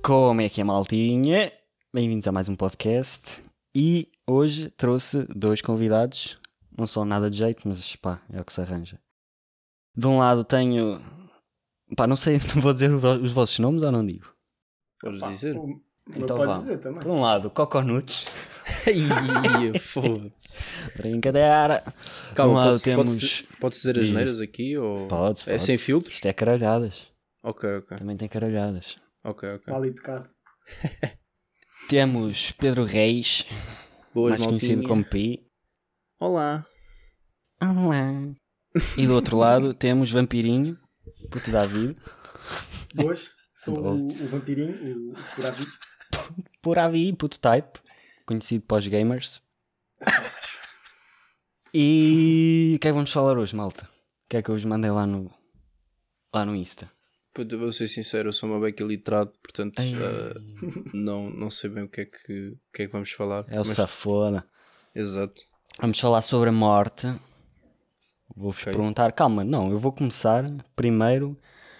Como é que é, maltinha? Bem-vindos a mais um podcast. E hoje trouxe dois convidados. Não são nada de jeito, mas pá, é o que se arranja. De um lado tenho... Pá, não sei, não vou dizer os vossos nomes ou não digo? Podes dizer? Então pode vamos. dizer também. Por um lado, Coconuts. Ai, foda-se. Brincadeira. Calma, De um lado podes dizer as neiras aqui? Ou... Podes. É sem filtros? Isto é caralhadas. Ok. Também tem caralhadas. Ok. Vale de cara. Temos Pedro Reis, Boas, mais conhecido maltinha. como Pi. Olá. Olá. E do outro lado temos Vampirinho, puto David. Boas, sou o vampirinho, o Curavi. Por AVI, puto Type, conhecido para os gamers. E o que é que vamos falar hoje, malta? O que é que eu vos mandei lá no Insta? Puta, vou ser sincero, eu sou uma beca literado, portanto não sei bem o que é que vamos falar. É o safona. Exato. Vamos falar sobre a morte. Vou-vos perguntar, calma, não, eu vou começar primeiro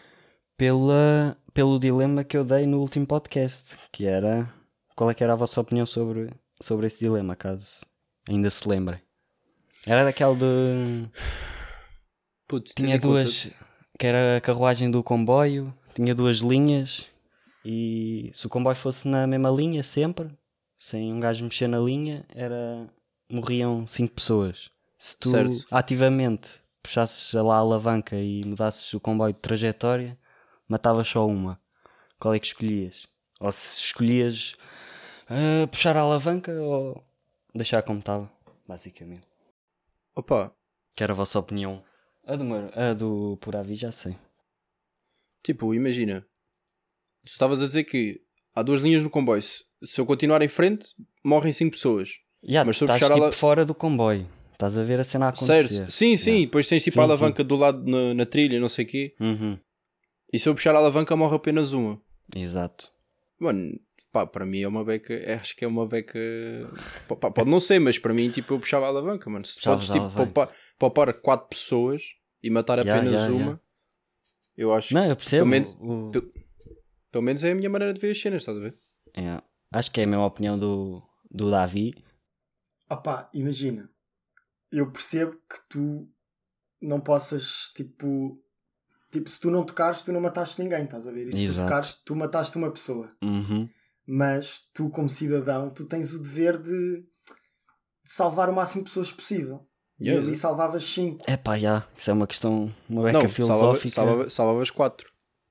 pelo dilema que eu dei no último podcast, que era, qual é que era a vossa opinião sobre esse dilema, caso ainda se lembrem. Era daquele de... Puto, tinha duas, que era a carruagem do comboio, tinha duas linhas, e se o comboio fosse na mesma linha sempre, sem um gajo mexer na linha, morriam 5 pessoas. Se tu ativamente puxasses lá a alavanca e mudasses o comboio de trajetória, matavas só uma. Qual é que escolhias? Ou se escolhias puxar a alavanca ou deixar como estava, basicamente. Opa. Que era a vossa opinião? A do Por Avi já sei. Tipo, imagina, tu estavas a dizer que há duas linhas no comboio. Se eu continuar em frente, morrem 5 pessoas. Mas se eu estás puxar tipo fora do comboio. Estás a ver a cena a acontecer. Certo, sim, depois tens tipo a alavanca do lado na trilha, não sei o quê. Uhum. E se eu puxar a alavanca morre apenas uma. Exato. Mano, pá, para mim é uma beca, acho que é uma beca, pá, pode não ser, mas para mim tipo eu puxava a alavanca, mano. Se podes tipo poupar 4 pessoas e matar apenas uma, eu acho. Não, eu percebo. Pelo menos é a minha maneira de ver as cenas, estás a ver? É. Acho que é a mesma opinião do Davi. Opá, imagina, eu percebo que tu não possas, tipo, se tu não tocares, tu não mataste ninguém, estás a ver? E se tu tocares, tu mataste uma pessoa. Uhum. Mas tu, como cidadão, tu tens o dever de salvar o máximo de pessoas possível. E ali salvavas 5. É pá, isso é uma questão, uma beca filosófica. Salvavas 4.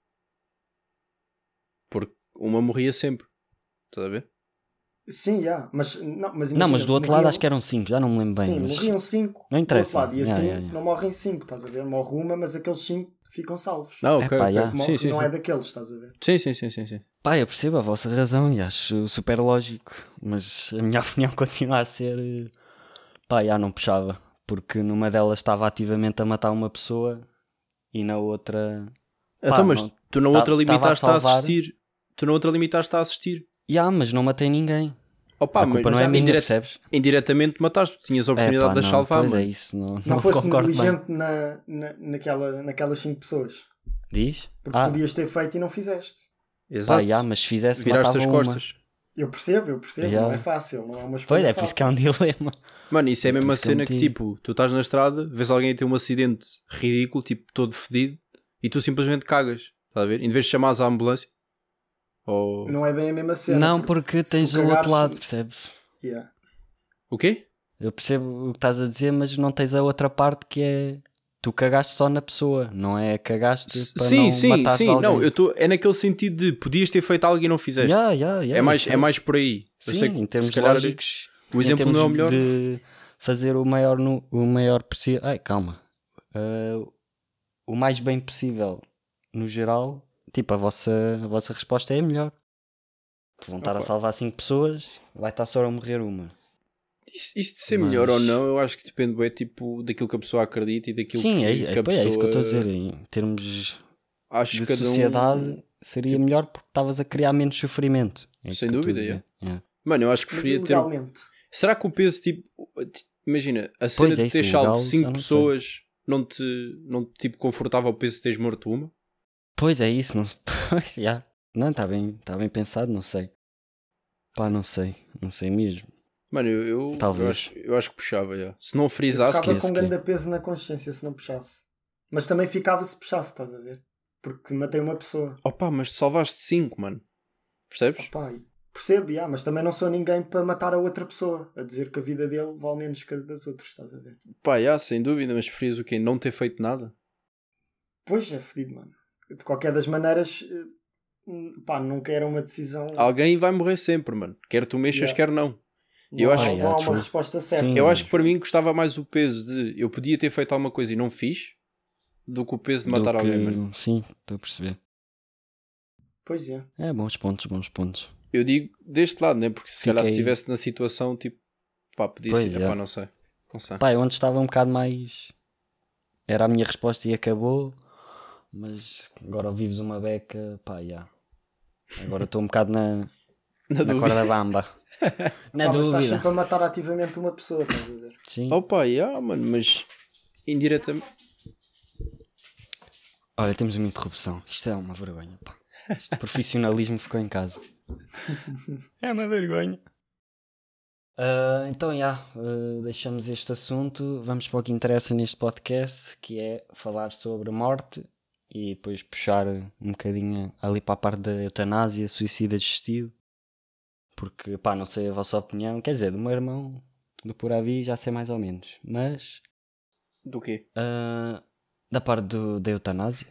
Porque uma morria sempre. Estás a ver? Sim, mas imagina, não, mas do outro lado acho que eram 5, já não me lembro bem. Sim, morriam 5. Não interessa. Do outro lado, e assim não morrem 5, estás a ver? Morre uma, mas aqueles 5 ficam salvos. Não, ok. Sim, não é daqueles, estás a ver? Sim. Pá, eu percebo a vossa razão e acho super lógico, mas a minha opinião continua a ser, pá, não puxava, porque numa delas estava ativamente a matar uma pessoa e na outra... Então, mas tu na outra limitaste a assistir. Tu na outra limitaste a assistir. Mas não matei ninguém. Opa, a culpa não é minha, percebes? Indiretamente mataste, tinhas a oportunidade de as salvar. Pois é isso, não foste negligente naquelas 5 pessoas. Diz? Porque podias ter feito e não fizeste. Exato. Mas se fizesse, viraste as uma. costas. Eu percebo, não é fácil, não é uma escolha fácil. Por isso que é um dilema. Mano, isso é a mesma cena que tipo, tu estás na estrada, vês alguém a ter um acidente ridículo, tipo, todo fedido, e tu simplesmente cagas, estás a ver? Em vez de chamares a ambulância. Ou... Não é bem a mesma cena. Não, porque tens o outro lado, percebes? Yeah. O quê? Eu percebo o que estás a dizer, mas não tens a outra parte que é... Tu cagaste só na pessoa, não é cagaste para não matares alguém. Não, é naquele sentido de podias ter feito algo e não fizeste. É mais por aí. Sim, eu sei que, em termos se calhar, lógicos, o exemplo não é o melhor. De fazer o maior possível... Ai, calma. O mais bem possível, no geral, tipo, a vossa resposta é a melhor. Vão estar a salvar 5 pessoas, vai estar só a morrer uma. Isso de ser melhor ou não, eu acho que depende bem, tipo, daquilo que a pessoa acredita e daquilo que a pessoa... é isso que eu estou a dizer. Em termos de sociedade, seria tipo... melhor porque estavas a criar menos sofrimento. Sem dúvida, Mano, eu acho que preferia ter... Será que o peso, tipo... Imagina, a cena de ter salvo 5 pessoas não te tipo, confortava o peso de teres morto uma? Pois é isso, não se... Não, está bem pensado, não sei. Pá, não sei mesmo. Mano, Talvez. eu acho que puxava, já. Se não Eu frisasse... ficava com um grande peso na consciência se não puxasse. Mas também ficava se puxasse, estás a ver? Porque matei uma pessoa. Opa, mas tu salvaste 5, mano. Percebes? Opa, percebo, mas também não sou ninguém para matar a outra pessoa. A dizer que a vida dele vale menos que a das outras, estás a ver? Pá, sem dúvida, mas preferias o quê? Não ter feito nada? Pois, é fedido, mano. De qualquer das maneiras, pá, nunca era uma decisão... Alguém vai morrer sempre, mano. Quer tu mexas, quer não. Não há uma resposta certa. Sim, eu acho que para mim gostava mais o peso de eu podia ter feito alguma coisa e não fiz do que o peso de matar alguém, mano. Sim, estou a perceber. Pois é. É, bons pontos. Eu digo deste lado, né? Porque se calhar se estivesse na situação, tipo, pá, podia ser, pá, não sei. Pá, eu antes estava um bocado mais... Era a minha resposta e acabou, mas agora vives uma beca, pá, Agora estou um bocado na corda bamba. Na dúvida. Mas estás sempre a matar ativamente uma pessoa, estás a ver? Sim. Opa, mano, mas indiretamente... Olha, temos uma interrupção. Isto é uma vergonha, pá. Este profissionalismo ficou em casa. É uma vergonha. Então, deixamos este assunto. Vamos para o que interessa neste podcast, que é falar sobre morte e depois puxar um bocadinho ali para a parte da eutanásia, suicídio assistido. Porque, pá, não sei a vossa opinião. Quer dizer, do meu irmão, do Por Aí, já sei mais ou menos. Mas... Do quê? Da parte da eutanásia.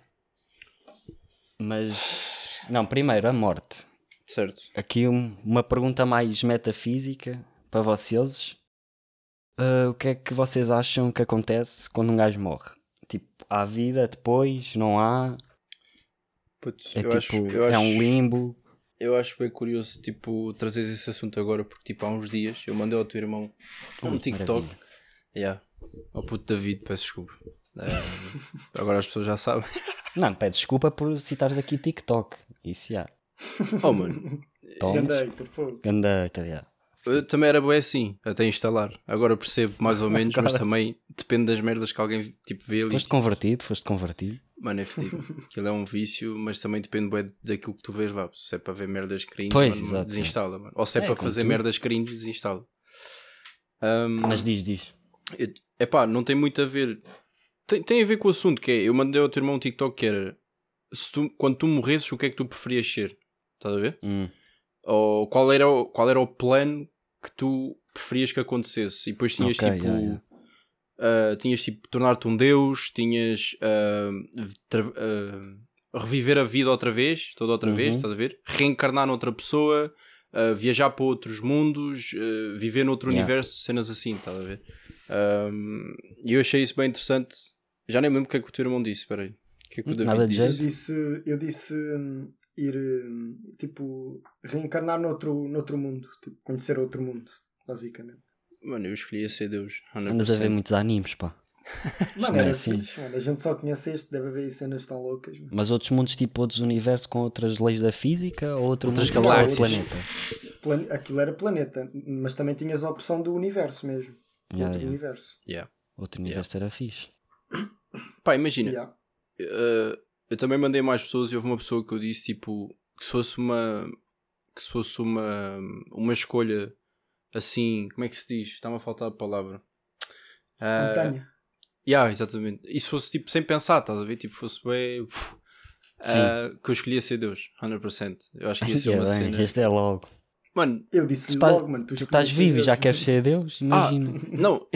Mas... Não, primeiro, a morte. Certo. Aqui uma pergunta mais metafísica para vocês. O que é que vocês acham que acontece quando um gajo morre? Tipo, há vida depois? Não há? Putz, é um limbo? Eu acho bem curioso, tipo, trazeres esse assunto agora, porque, tipo, há uns dias eu mandei ao teu irmão um TikTok. Ao puto David, peço desculpa. Agora as pessoas já sabem. Não, pede desculpa por citares aqui TikTok. Isso já. Oh, mano. Ganda, eu também era bem assim, até instalar. Agora percebo mais ou menos, mas também depende das merdas que alguém tipo vê ali. Foste convertido. Mano, é fedido. Aquilo é um vício, mas também depende bem daquilo que tu vês lá. Se é para ver merdas cringe, mano, desinstala. Mano. Ou se é para fazer merdas cringe, desinstala. Mas diz. Epá, não tem muito a ver. Tem a ver com o assunto, que é, eu mandei ao teu irmão um TikTok que era quando tu morresses, o que é que tu preferias ser? Estás a ver? Ou qual era o plano que tu preferias que acontecesse? E depois tinhas tinhas tipo tornar-te um deus, tinhas reviver a vida outra vez, toda outra vez, estás a ver? Reencarnar noutra pessoa, viajar para outros mundos, viver noutro universo, cenas assim, estás a ver? E eu achei isso bem interessante. Já nem lembro o que é que o teu irmão disse, espera aí. O que é que o David disse? Eu disse ir, tipo, reencarnar noutro mundo, tipo, conhecer outro mundo, basicamente. Mano, eu escolhi a ser Deus. 100%. Andas a ver muitos animes, pá. Mano, era assim. Fixe, mano. A gente só conhece este, deve haver cenas tão loucas. Mano. Mas outros mundos, tipo outros universos com outras leis da física ou outras galáxias? Planeta? Aquilo era planeta, mas também tinhas a opção do universo mesmo. Universo. Outro universo era fixe. Pá, imagina. Eu também mandei mais pessoas e houve uma pessoa que eu disse tipo que se fosse uma escolha assim, como é que se diz? Está-me a faltar a palavra. Espontânea. Exatamente. E se fosse tipo sem pensar, estás a ver? Tipo, fosse bem. Que eu escolhia ser Deus, 100%. Eu acho que ia ser uma cena. Este é logo. Mano, eu disse logo, mano. Tu estás vivo e já queres ser Deus? Imagina. Não.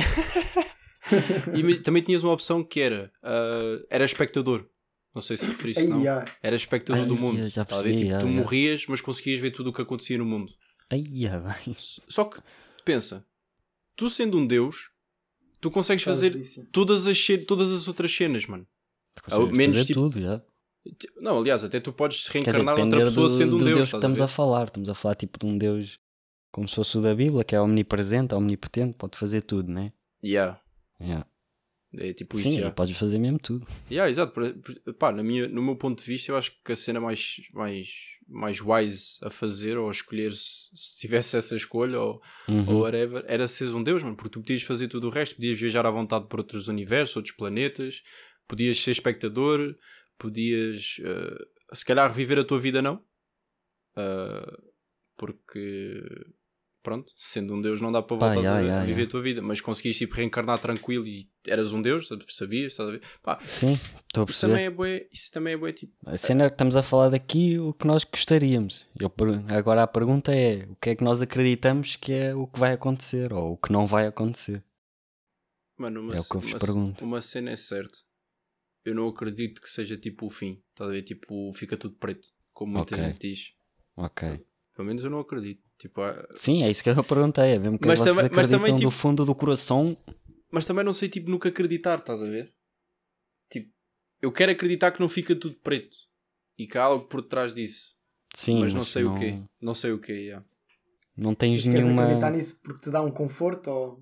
E também tinhas uma opção que era espectador. Não sei se referiste, não. Era espectador do mundo. Já percebi, tu morrias, mas conseguias ver tudo o que acontecia no mundo. Só que, pensa, tu sendo um Deus, tu consegues fazer todas as outras cenas, mano. Menos fazer tipo... tudo, já. Não, aliás, até tu podes reencarnar outra pessoa sendo um Deus. Que estamos a falar tipo de um Deus como se fosse o da Bíblia, que é omnipresente, omnipotente, pode fazer tudo, né? É tipo sim, isso. Podes fazer mesmo tudo. Exato. Pá, no meu ponto de vista, eu acho que a cena mais wise a fazer ou a escolher, se tivesse essa escolha ou whatever, era seres um Deus, mano, porque tu podias fazer tudo o resto, podias viajar à vontade por outros universos, outros planetas, podias ser espectador, podias se calhar reviver a tua vida, não, porque pronto, sendo um Deus não dá para voltar a viver a tua vida, mas conseguiste tipo, reencarnar tranquilo e eras um Deus, sabias, estás a ver? Pá, sim, estou a perceber. Isso também é bué tipo... A cena que estamos a falar daqui o que nós gostaríamos. Agora a pergunta é, o que é que nós acreditamos que é o que vai acontecer ou o que não vai acontecer? Mano, é o que eu vos pergunto. Uma cena é certa. Eu não acredito que seja tipo o fim, estás a ver? Tipo, fica tudo preto, como muita gente diz. Ok. Pelo menos eu não acredito. Tipo, sim, é isso que eu perguntei. É mesmo que vocês acreditam também, tipo, do fundo do coração. Mas também não sei, tipo, nunca acreditar, estás a ver? Tipo, eu quero acreditar que não fica tudo preto. E que há algo por trás disso. Sim, mas não sei o quê. Não sei o quê, yeah. Não tens mas nenhuma... queres acreditar nisso porque te dá um conforto ou...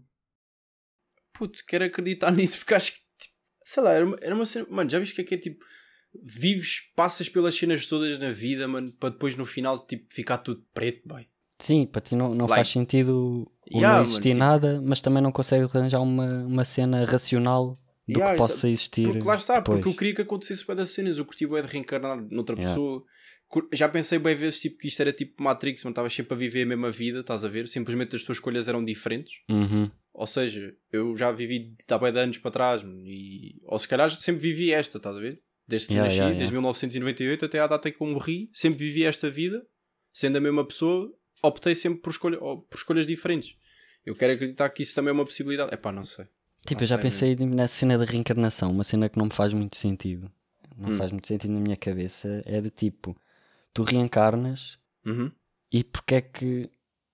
Puto, quero acreditar nisso porque acho que, tipo, sei lá, era uma cena... Mano, já viste que é tipo... Vives, passas pelas cenas todas na vida, mano, para depois no final, tipo, ficar tudo preto, boy. Sim, para ti não faz sentido não existir nada, mas também não consegues arranjar uma cena racional do que possa existir. Porque lá está, depois. porque eu queria que acontecesse bué das cenas. Eu curti bué de reencarnar noutra pessoa. Já pensei bem vezes tipo, que isto era tipo Matrix, mas estavas sempre a viver a mesma vida, estás a ver? Simplesmente as tuas escolhas eram diferentes. Ou seja, eu já vivi há bué de anos para trás, ou se calhar sempre vivi esta, estás a ver? Desde que nasci, desde 1998 até à data em que eu morri, sempre vivi esta vida, sendo a mesma pessoa, optei sempre por escolhas diferentes. Eu quero acreditar que isso também é uma possibilidade. Epá, não sei. Tipo, eu já pensei nessa cena de reencarnação, uma cena que não me faz muito sentido. Não faz muito sentido na minha cabeça. É de tipo, tu reencarnas e porque é que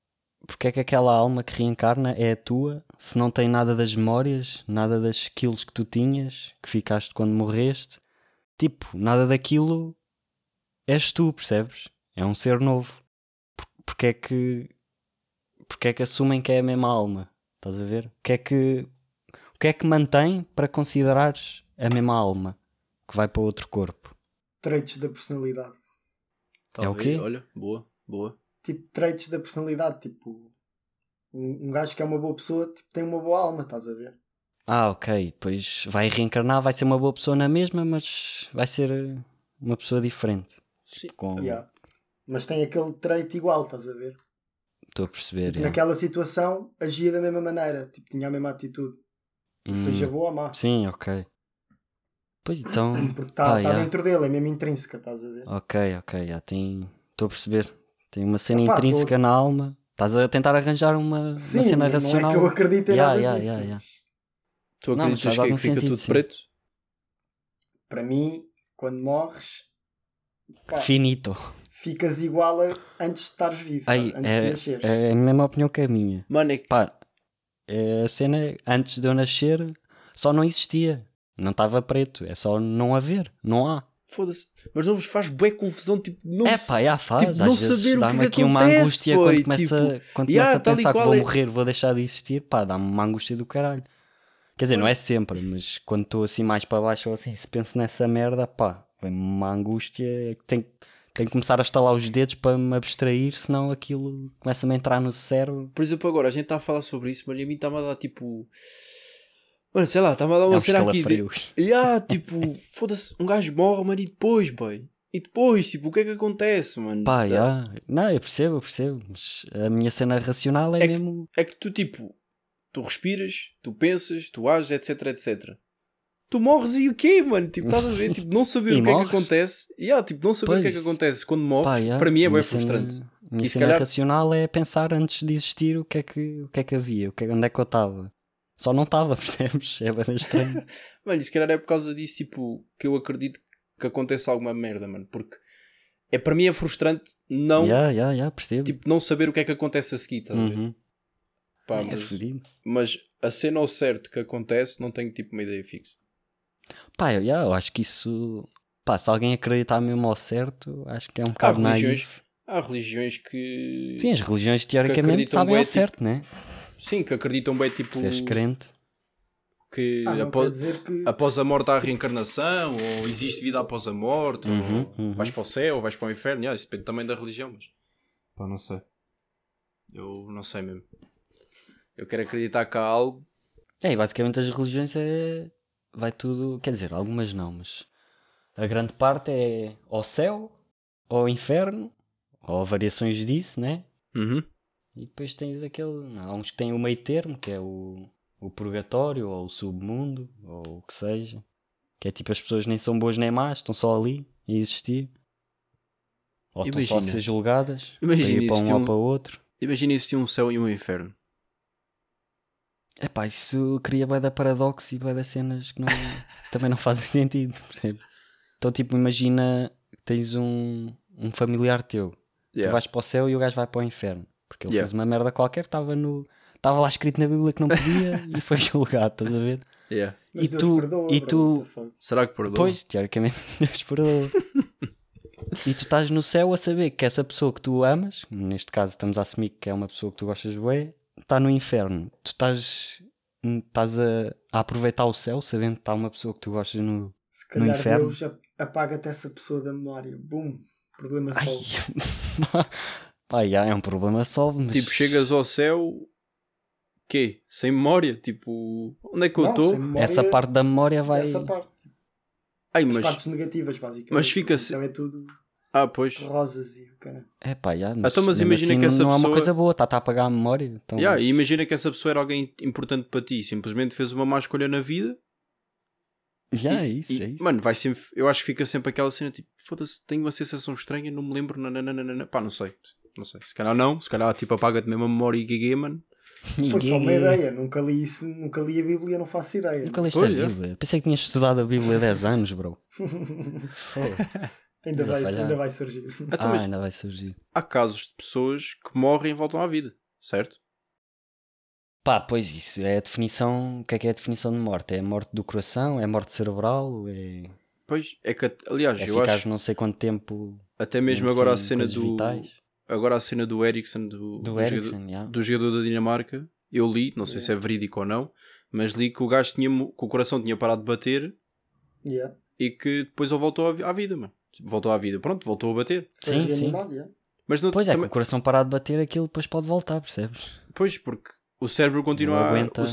aquela alma que reencarna é a tua se não tem nada das memórias, nada das skills que tu tinhas, que ficaste quando morreste? Tipo, nada daquilo és tu, percebes? É um ser novo. Porque é que assumem que é a mesma alma? Estás a ver? O que é que mantém para considerares a mesma alma que vai para outro corpo? Traits da personalidade. Talvez, é o quê? Olha, boa. Tipo, traits da personalidade. Tipo, um gajo que é uma boa pessoa tipo, tem uma boa alma, estás a ver? Ok. Depois vai reencarnar, vai ser uma boa pessoa na mesma, mas vai ser uma pessoa diferente. Sim. Mas tem aquele trait igual, estás a ver? Estou a perceber. Tipo, naquela situação agia da mesma maneira. Tipo, tinha a mesma atitude. Seja boa ou má. Sim, ok. Pois então... Porque está dentro dele, é mesmo intrínseca, estás a ver? Ok, estou a perceber. Tem uma cena intrínseca na alma. Estás a tentar arranjar uma cena racional. Não é que eu acredito em nada disso. Tu acreditas que fica tudo preto? Para mim, quando morres... Finito. Ficas igual a antes de estares vivo, antes de nasceres. É a mesma opinião que a minha. Mano, a cena, antes de eu nascer, só não existia. Não estava preto. É só não haver. Não há. Foda-se. Mas não vos faz bué confusão, tipo, não faz. Tipo, não saber o que dá-me aqui acontece, uma angústia boy. quando começa a pensar que vou morrer, vou deixar de existir. Dá-me uma angústia do caralho. Quer dizer, não é sempre, mas quando estou assim mais para baixo ou assim, se penso nessa merda, vem-me uma angústia que tenho que começar a estalar os dedos para me abstrair, senão aquilo começa-me a entrar no cérebro. Por exemplo, agora a gente está a falar sobre isso, mas a mim está-me a dar tipo... Mano, sei lá, está-me a dar uma cena aqui. Tipo, foda-se, um gajo morre, mano, e depois, boy? E depois, tipo, o que é que acontece, mano? Não, eu percebo, mas a minha cena racional é mesmo... É que tu, tipo, tu respiras, tu pensas, tu ages, etc. Tu morres e o quê, mano? Tipo, estás a ver? Tipo, não saber o que é que acontece. Tipo, não saber o que é que acontece quando morres, para mim é bem frustrante. A minha cena racional é pensar antes de existir o que é que havia, onde é que eu estava. Só não estava, percebes? É bem estranho. Mano, e se calhar é por causa disso, tipo, que eu acredito que aconteça alguma merda, mano. Porque para mim é frustrante não... percebo. Tipo, não saber o que é que acontece a seguir, estás a ver? Mas a cena ao certo que acontece, não tenho, tipo, uma ideia fixa. Eu acho que isso... se alguém acreditar mesmo ao certo, acho que é um bocado naivo. Há religiões que... Sim, as religiões teoricamente sabem ao certo, tipo, né? Sim, que acreditam bem, tipo... Se és crente. Que após a morte há a reencarnação, ou existe vida após a morte, ou vais para o céu, ou vais para o inferno. Isso depende também da religião, mas... não sei. Eu não sei mesmo. Eu quero acreditar que há algo... Basicamente as religiões vai tudo... Quer dizer, algumas não, mas... A grande parte é ao céu, ao inferno, ou variações disso, né? Uhum. E depois tens aquele... Há uns que têm o meio termo, que é o purgatório, ou o submundo, ou o que seja. Que é tipo, as pessoas nem são boas nem más, estão só ali, a existir. Ou estão só a ser julgadas, para ir para um ou para o outro. Imagina existir um céu e um inferno. Epá, isso cria bué da paradoxo e bué das cenas que não, também não fazem sentido, percebe? Então tipo, imagina que tens um familiar teu. Tu vais para o céu e o gajo vai para o inferno. Porque ele fez uma merda qualquer, estava lá escrito na Bíblia que não podia e foi julgado, estás a ver? Mas Deus perdoa, será que perdoa? Pois, teoricamente Deus perdoa. E tu estás no céu a saber que essa pessoa que tu amas, neste caso estamos a assumir que é uma pessoa que tu gostas de bué, está no inferno. Tu estás a aproveitar o céu sabendo que está uma pessoa que tu gostas no inferno. Se calhar Deus apaga-te essa pessoa da memória. Bum, problema solve. É um problema solve. Mas... Tipo, chegas ao céu... Quê? Sem memória? Tipo, onde é que eu estou? Essa parte da memória vai... Essa parte. As partes negativas, basicamente. Mas fica-se... Então é tudo... pois. Rosas e o cara. Mas imagina assim, que essa pessoa... Não é uma coisa boa, está a apagar a memória. Então... E imagina que essa pessoa era alguém importante para ti. Simplesmente fez uma má escolha na vida. É isso. Mano, vai sempre... Eu acho que fica sempre aquela cena tipo... Foda-se, tenho uma sensação estranha, não me lembro... Pá, não sei. Se calhar não. Se calhar tipo apaga-te mesmo a memória e guiguê, mano. Foi só uma ideia, nunca li isso, nunca li a Bíblia, não faço ideia. Nunca leste a Bíblia? Pensei que tinhas estudado a Bíblia há 10 anos, bro. Ainda vai surgir. Ainda vai surgir. Há casos de pessoas que morrem e voltam à vida, certo? Pá, pois isso é a definição. O que é a definição de morte? É a morte do coração? É a morte cerebral? Pois, é que, aliás, eu acho... não sei quanto tempo... Até mesmo agora a cena do... Agora a cena do Eriksen, do jogador da Dinamarca, eu li, não sei se é verídico ou não, mas li que o gajo que o coração tinha parado de bater e que depois ele voltou à vida, mano. Voltou à vida, pronto, voltou a bater. Sim. Mas pois é, que o coração parar de bater, aquilo depois pode voltar, percebes? Pois, porque o cérebro continua...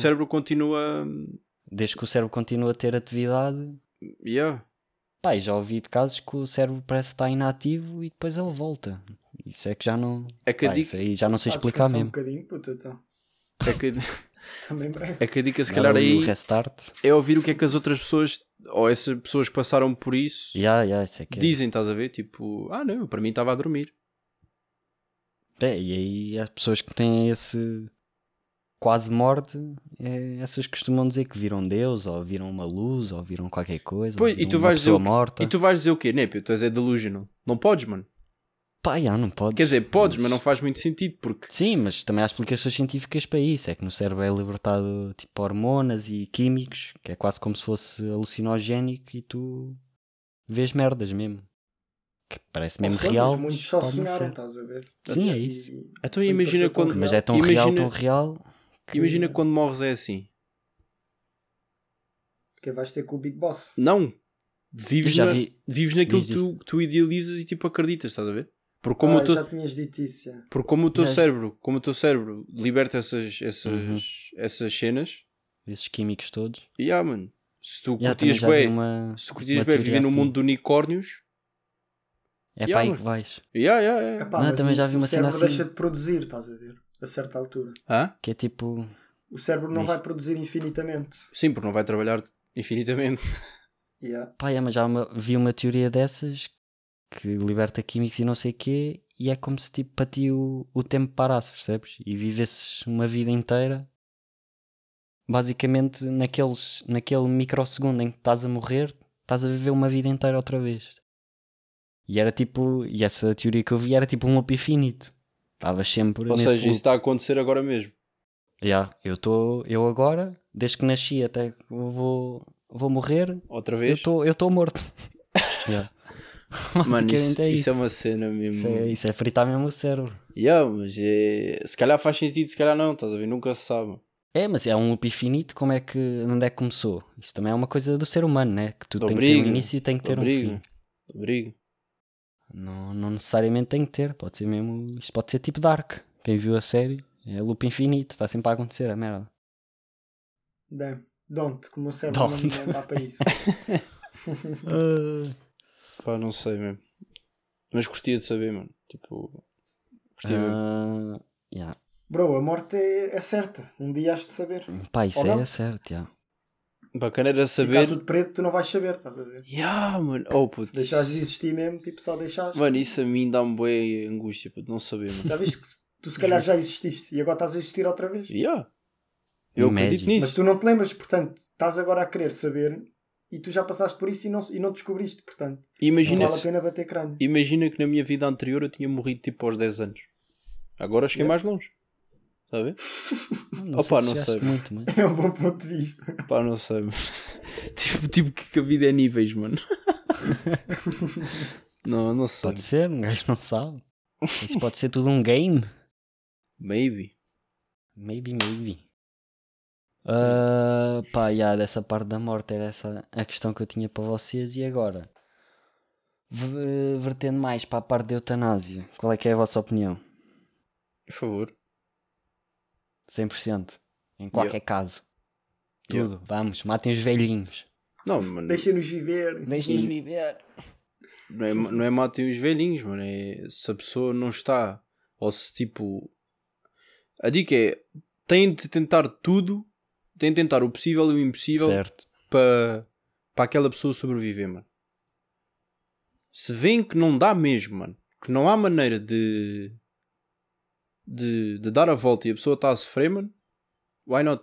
Desde que o cérebro continua a ter atividade... Pá, já ouvi de casos que o cérebro parece estar inativo e depois ele volta. Isso é que já não... isso aí já não sei explicar mesmo. Um bocadinho, puta, então. Também parece. É que a dica, se calhar, aí é ouvir o que é que as outras pessoas, ou essas pessoas que passaram por isso, isso é que dizem, estás a ver? Tipo, não, para mim estava a dormir. E aí as pessoas que têm esse... quase morte, essas costumam dizer que viram Deus, ou viram uma luz, ou viram qualquer coisa. Pois, e tu vais dizer o quê? Népio, tu és delusional. Não podes, mano. Pá, não podes. Quer dizer, podes, mas não faz muito sentido, porque... Sim, mas também há explicações científicas para isso. É que no cérebro é libertado tipo hormonas e químicos, que é quase como se fosse alucinogénico e tu vês merdas mesmo. Que parece mesmo real. Mas muitos só sonharam, estás a ver? Sim, é isso. Então imagina quando... Mas é tão real... Imagina quando morres é assim. Que vais ter com o Big Boss. Não. Vives naquilo que tu idealizas e tipo acreditas, estás a ver? Porque como já tinhas dito isso. Porque como o teu cérebro liberta essas cenas, esses químicos todos. Mano. Se tu curtias bem viver no mundo de unicórnios, é para aí que vais. Também já vi uma cena assim. O cérebro deixa de produzir, estás a ver? A certa altura. Que é tipo... O cérebro não vai produzir infinitamente. Sim, porque não vai trabalhar infinitamente. Mas já vi uma teoria dessas que liberta químicos e não sei o quê, e é como se tipo para ti o tempo parasse, percebes? E vivesses uma vida inteira basicamente naquele microsegundo em que estás a morrer, estás a viver uma vida inteira outra vez. E era tipo... E essa teoria que eu vi era tipo um loop infinito. Estavas sempre... Ou seja, isso está a acontecer agora mesmo. Eu agora, desde que nasci até que vou morrer... Outra vez? Eu estou morto. Mano, isso é uma cena mesmo... Isso é fritar mesmo o cérebro. Mas se calhar faz sentido, se calhar não, estás a ver? Nunca se sabe. Mas é um loop infinito, onde é que começou? Isso também é uma coisa do ser humano, né? Que tu tem que ter um início e tem que ter um fim. Obrigo. Não necessariamente tem que ter, pode ser mesmo... Isto pode ser tipo Dark. Quem viu a série, é loop infinito, está sempre a acontecer a merda. Como o cérebro não dá para isso. Pá, não sei mesmo. Mas curtia de saber, mano. Tipo, curtia mesmo. Yeah. Bro, a morte é certa. Um dia has de saber. Pá, isso é certo, já. Bacana era Se saber. ficar tudo preto, tu não vais saber, estás a ver? Mano. Se deixares de existir mesmo, tipo, só deixaste. Mano, isso a mim dá-me boa angústia, puto, não saber, mano. Já viste que tu se calhar já exististe e agora estás a existir outra vez? Eu acredito nisso. Mas tu não te lembras, portanto, estás agora a querer saber e tu já passaste por isso e não descobriste, portanto. Não vale a pena bater crânio. Imagina que na minha vida anterior eu tinha morrido tipo aos 10 anos. Agora cheguei mais longe. Está a ver? Não sei. Muito, mano. É um bom ponto de vista. Não sei. tipo que a vida é níveis, mano. não sei. Pode ser, um gajo não sabe. Isso pode ser tudo um game. Maybe. Dessa parte da morte era essa a questão que eu tinha para vocês. E agora, vertendo mais para a parte da eutanásia, qual é que é a vossa opinião? Por favor. 100%. Em qualquer caso. Tudo. Vamos, matem os velhinhos. Não, mano. Deixem-nos viver. Não é matem os velhinhos, mano. É se a pessoa não está. Ou se tipo. A dica é. Têm de tentar tudo. Têm de tentar o possível e o impossível. Certo. Para aquela pessoa sobreviver, mano. Se veem que não dá mesmo, mano. Que não há maneira de dar a volta e a pessoa está a sofrer, mano. Why not?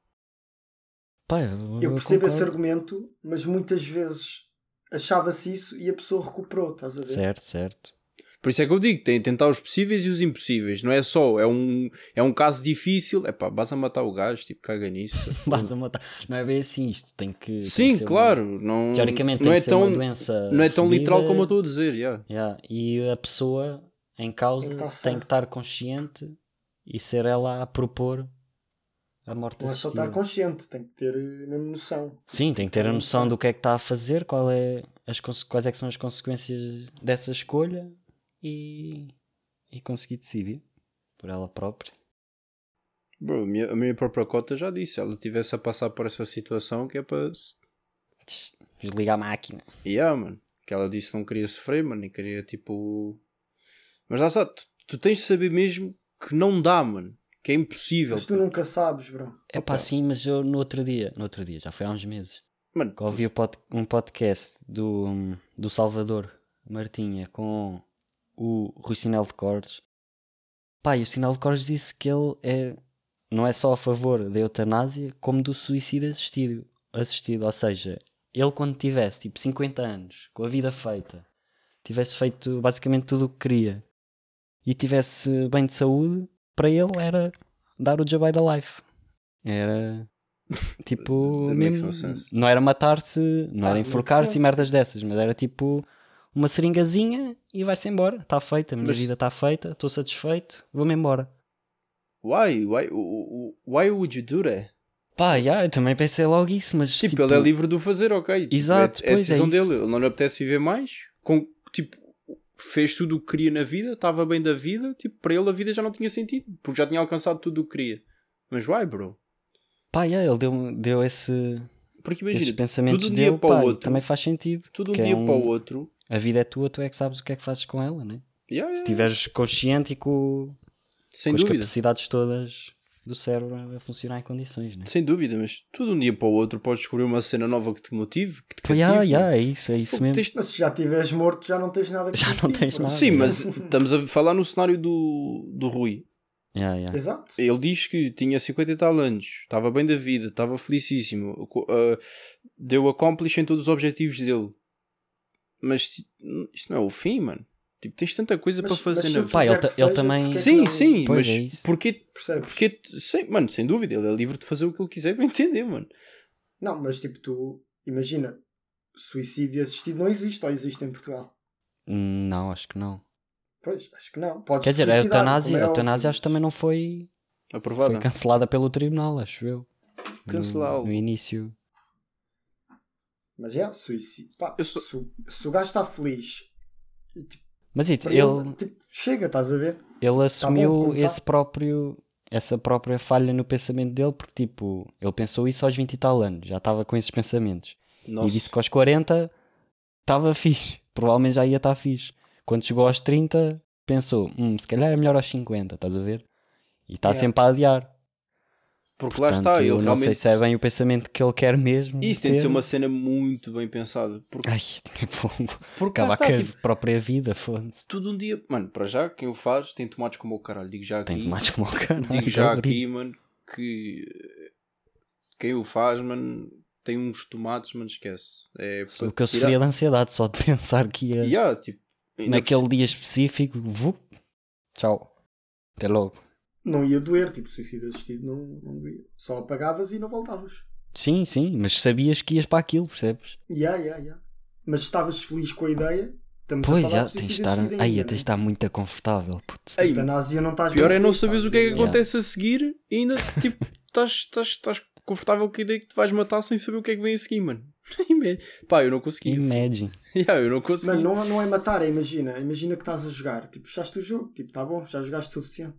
Eu percebo esse argumento, mas muitas vezes achava-se isso e a pessoa recuperou, estás a ver? Certo. Por isso é que eu digo, tem de tentar os possíveis e os impossíveis. Não é só, é um caso difícil. Vais a matar o gajo, tipo, caga nisso. Vais a matar. Não é bem assim isto, tem que... Sim, tem claro. Teoricamente não tem é que ser tão, uma doença não é tão fodida, literal como eu estou a dizer, E a pessoa em causa tem que estar consciente e ser ela a propor a morte assistida. Não é só estar consciente, tem que ter mesmo noção. Sim, tem que ter a noção do que é que está a fazer, quais é que são as consequências dessa escolha e conseguir decidir por ela própria. Bom, a minha própria cota já disse, ela estivesse a passar por essa situação que é para desligar a máquina. Mano, que ela disse que não queria sofrer, mano, e queria tipo... Mas lá está, tu tens de saber mesmo que não dá, mano. Que é impossível. Mas tu nunca sabes, bro. É pá, sim, mas eu no outro dia, já foi há uns meses, mano, que ouvi um podcast do Salvador Martinha com o Rui Sinel de Cordes. Pá, e o Sinel de Cordes disse que ele não é só a favor da eutanásia, como do suicídio assistido. Ou seja, ele quando tivesse tipo 50 anos, com a vida feita, tivesse feito basicamente tudo o que queria e tivesse bem de saúde, para ele era dar o Joy by the Life. Era tipo mesmo, não era matar-se, não era enforcar-se e merdas dessas, mas era tipo uma seringazinha e vai-se embora. Está feita, a minha vida está feita, estou satisfeito, vou-me embora. Why would you do that? Pá, eu também pensei logo isso, mas tipo ele é livre de o fazer, ok. Exato, é a decisão dele, ele não lhe apetece viver mais, fez tudo o que queria na vida, estava bem da vida, tipo, para ele a vida já não tinha sentido, porque já tinha alcançado tudo o que queria. Mas why, bro? Pá, ele deu esse... Porque imagina, esses pensamentos tudo um dia para o outro, também faz sentido. Tudo um dia para o outro. A vida é tua, tu é que sabes o que é que fazes com ela, né? Se estiveres consciente e com as capacidades todas do cérebro a funcionar em condições, né? Sem dúvida, mas tudo um dia para o outro podes descobrir uma cena nova que te motive, que te cative. É isso mesmo. Mas se já estiveres morto já não tens nada que já não tens nada. Sim, mas estamos a falar no cenário do Rui. Exato. Ele diz que tinha 50 e tal anos, estava bem da vida, estava felicíssimo, deu accomplish em todos os objetivos dele. Mas isso não é o fim, mano. Tipo, tens tanta coisa para fazer na vida. Ele também... Sim, pois mas porque mano, sem dúvida, ele é livre de fazer o que ele quiser para entender, mano. Não, mas tipo, tu imagina, suicídio assistido não existe, ou existe em Portugal? Não, acho que não. Pois, acho que não. Podes Quer dizer, a eutanásia acho que também não foi aprovada. Foi cancelada pelo tribunal, acho eu. Cancelado. No início. Mas suicídio. Pá, se o gajo está feliz... Tipo, mas ele tipo, chega, estás a ver? Ele assumiu essa própria falha no pensamento dele, porque tipo, ele pensou isso aos 20 e tal anos, já estava com esses pensamentos. Nossa. E disse que aos 40 estava fixe, provavelmente já ia estar fixe. quando chegou aos 30, pensou, se calhar é melhor aos 50, estás a ver? E está sempre a adiar. Porque portanto, lá está, ele não realmente... sei se é bem o pensamento que ele quer mesmo. Isso tem de ser uma cena muito bem pensada. Porque... Ai, tinha fogo. Porque acaba está, com a própria vida, foda-se. Tudo um dia... Mano, para já, quem o faz tem tomates como o caralho. Digo já aqui... Tem tomates como o caralho. Digo já aqui, mano, que... Quem o faz, mano, tem uns tomates, mano, esquece. É o que eu sofria de ansiedade só de pensar que ia... tipo, naquele dia específico, tchau. Até logo. Não ia doer, tipo, suicídio assistido não doía. Só apagavas e não voltavas. Sim, mas sabias que ias para aquilo, percebes? Mas estavas feliz com a ideia. Estamos pois, a falar já de tens de suicídio estar, assistido aí ainda, tens de estar muito confortável. Putz. Eutanásia não estás pior bem é não feliz, saberes o que é que acontece a seguir e ainda, tipo, estás confortável com a ideia que te vais matar sem saber o que é que vem a seguir, mano. Pá, eu não consegui. Imagine. Eu não consegui. Mano, não é matar, é imagina que estás a jogar, tipo, fechaste o jogo, tipo, tá bom, já jogaste o suficiente.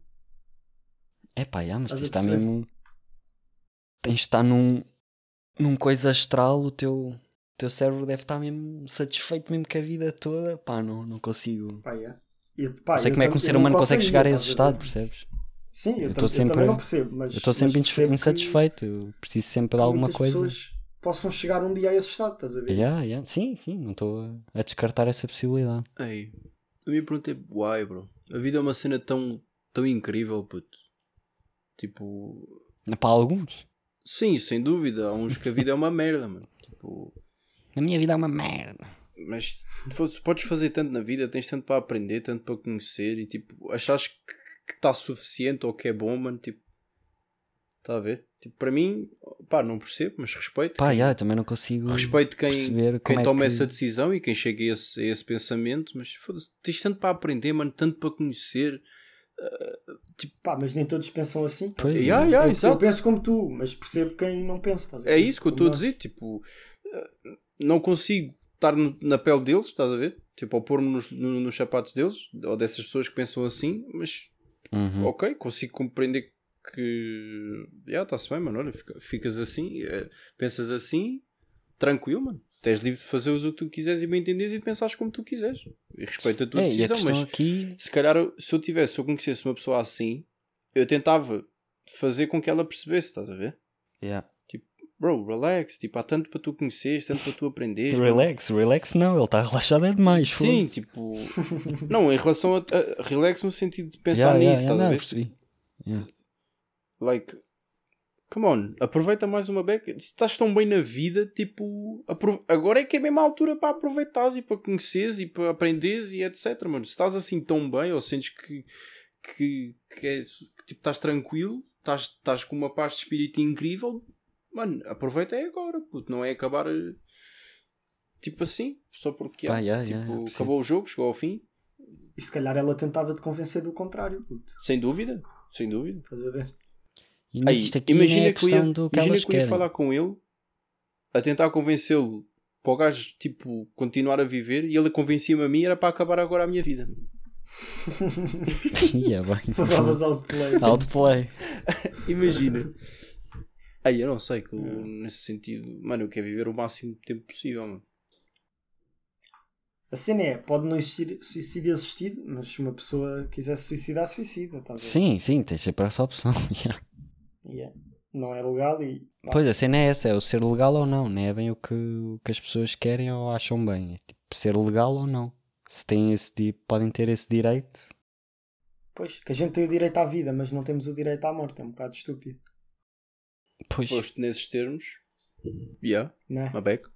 É pá, mas tens de estar mesmo... Tens de estar num coisa astral, o teu cérebro deve estar mesmo satisfeito mesmo com a vida toda. Pá, não consigo. Não sei como é que um ser humano consegue chegar a esse estado, percebes? Sim, eu também não percebo, mas... Eu estou sempre insatisfeito, eu preciso sempre de alguma coisa. Muitas pessoas possam chegar um dia a esse estado, estás a ver? Sim, não estou a descartar essa possibilidade. Ei, a minha pergunta é, why, bro? A vida é uma cena tão incrível, puto. Tipo... Para alguns? Sim, sem dúvida. Há uns que a vida é uma merda, mano. Tipo... A minha vida é uma merda. Mas podes fazer tanto na vida, tens tanto para aprender, tanto para conhecer e tipo, achas que está suficiente ou que é bom, mano, tipo, está a ver? Tipo, para mim, pá, não percebo, mas respeito. Também não consigo respeito quem toma essa decisão e quem chega a esse pensamento, mas foda-se, tens tanto para aprender, mano, tanto para conhecer. Tipo, pá, mas nem todos pensam assim. Eu penso como tu, mas percebo quem não pensa. Estás a ver? É isso que eu estou a dizer, tipo, não consigo estar na pele deles, estás a ver? Tipo, ou pôr-me nos sapatos deles, ou dessas pessoas que pensam assim, mas ok, consigo compreender que está-se bem, mano, olha, ficas assim, pensas assim, tranquilo, mano. Tens livre de fazer o que tu quiseres e bem entenderes e de pensares como tu quiseres. E respeito a tua decisão, mas se calhar se eu conhecesse uma pessoa assim, eu tentava fazer com que ela percebesse, estás a ver? Tipo, bro, relax, tipo, há tanto para tu conheceres, tanto para tu aprenderes. Relax não, ele está relaxado é demais. Sim, tipo, não, em relação a relax no sentido de pensar nisso, estás a ver? Like, come on, aproveita mais uma beca. Se estás tão bem na vida, tipo, agora é que é mesmo a altura para aproveitares e para conheceres e para aprenderes e etc, mano. Se estás assim tão bem ou sentes que tipo, estás tranquilo, estás com uma paz de espírito incrível, mano, aproveita agora, puto. Não é acabar tipo assim, só porque acabou o jogo, chegou ao fim. E se calhar ela tentava te convencer do contrário, puto. Sem dúvida. Estás a ver? Imagina que eu ia falar com ele a tentar convencê-lo para o gajo tipo, continuar a viver e ele convencia-me a mim era para acabar agora a minha vida. Falavas outplay. Imagina. Eu não sei que nesse sentido, mano, eu quero viver o máximo de tempo possível, mano. A cena é, pode não existir suicídio assistido, mas se uma pessoa quiser se suicidar, suicida, estás a ver? Sim, tens sempre essa opção. Não é legal e... Pois, a cena é essa, é o ser legal ou não, não é bem o que as pessoas querem ou acham bem. É tipo, ser legal ou não. Se têm podem ter esse direito. Pois, que a gente tem o direito à vida, mas não temos o direito à morte, é um bocado estúpido. Pois. Posto nesses termos, uma beca.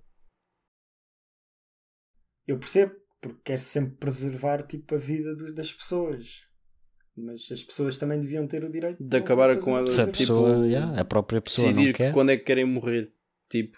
Eu percebo, porque quero sempre preservar tipo, a vida das pessoas. Mas as pessoas também deviam ter o direito de acabar com elas. Se a pessoa, a própria pessoa decidir não quer. Quando é que querem morrer. Tipo.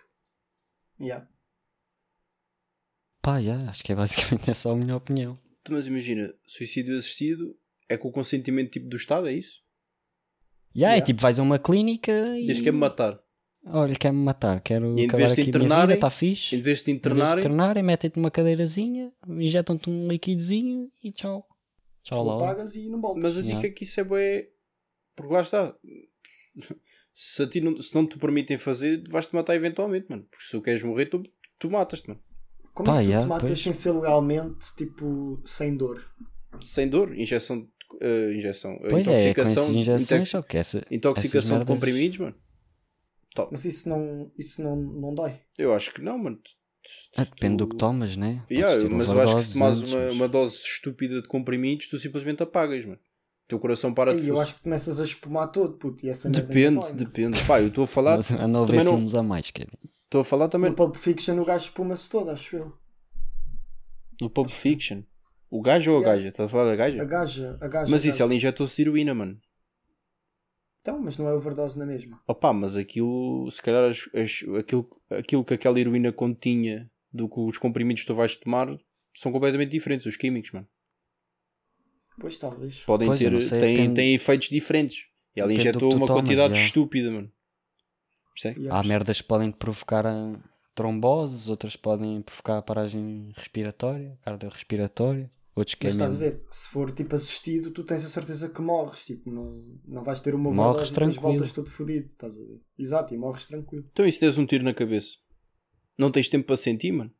Acho que é basicamente essa a minha opinião. Mas imagina, suicídio assistido é com o consentimento tipo do Estado, é isso? É tipo, vais a uma clínica e... Diz que quer-me matar. Olha, quer-me matar, quero e em acabar vez de aqui internarem, a minha vida, está fixe. Em vez de internarem, metem-te numa cadeirazinha, injetam-te um liquidozinho e tchau. Tchau lá. Pagas e não voltas. Mas a dica é que isso é bué... Porque lá está. Se não te permitem fazer, vais-te matar eventualmente, mano. Porque se tu queres morrer, tu matas-te, mano. Como é que tu te matas sem ser legalmente, tipo, sem dor? Sem dor? Injeção. Pois intoxicação. Intoxicação de comprimidos, mano. Top. Mas isso não dói? Eu acho que não, mano. Depende do que tomas, né? Mas eu acho que se tomas uma dose estúpida de comprimidos, tu simplesmente apagas, mano. O teu coração para de funcionar. Eu acho que começas a espumar todo, puto. E essa depende. Pá, eu estou a falar. Mas a não ver filmes a mais, Kevin. Estou a falar também. No Pulp Fiction o gajo espuma-se todo, acho eu. No Pulp Fiction? O gajo ou a gaja? Estás a falar da gaja? A gaja. Mas isso, ela injetou-se de heroína, mano. Então, mas não é overdose na mesma. Opa, mas aquilo, se calhar aquilo que aquela heroína continha do que os comprimidos que tu vais tomar são completamente diferentes, os químicos, mano. Pois, talvez. Podem têm efeitos diferentes. E ela injetou uma quantidade estúpida, mano. Há merdas que podem provocar tromboses, outras podem provocar paragem respiratória, cardiorrespiratória. Outros que mas estás a ver, se for tipo assistido, tu tens a certeza que morres, tipo, não vais ter uma overdose e depois voltas todo fodido, estás a ver? Exato, e morres tranquilo. Então e se des um tiro na cabeça? Não tens tempo para sentir, mano?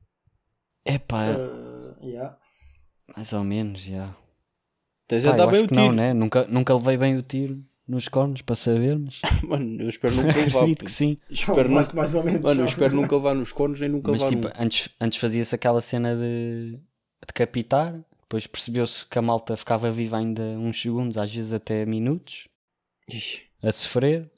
Mais ou menos, Tens a dar bem o tiro. Não, né? Nunca levei bem o tiro nos cornos para sabermos. Mano, eu espero nunca levar. Acredito que sim. Mais ou menos. Mano, eu espero nunca levar nos cornos nem nunca levar. Mas tipo, antes fazia-se aquela cena de decapitar, depois percebeu-se que a malta ficava viva ainda uns segundos, às vezes até minutos, a sofrer.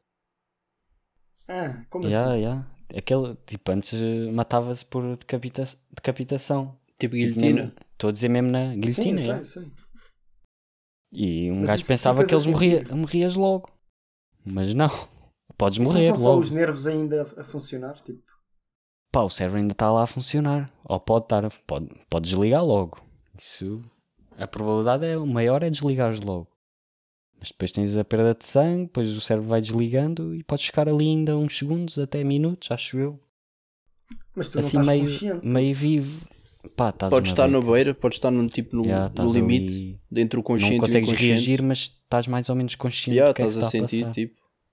Como assim? Aquele, tipo, antes matava-se por decapitação. Tipo guilhotina? Estou a dizer mesmo na guilhotina. Sim, sei. E gajo pensava que eles morrias logo. Mas não. Podes morrer logo. São só logo. os nervos ainda a funcionar? Tipo... Pá, o cérebro ainda está lá a funcionar. Ou pode desligar logo. Isso... A probabilidade maior é desligares logo. Mas depois tens a perda de sangue, depois o cérebro vai desligando e podes ficar ali ainda uns segundos, até minutos, acho eu. Mas tu assim, não estás consciente. Meio vivo. Pá, podes estar na beira, podes estar no limite, entre o consciente e o inconsciente. Não consegues reagir, mas estás mais ou menos consciente do que estás a sentir, tipo.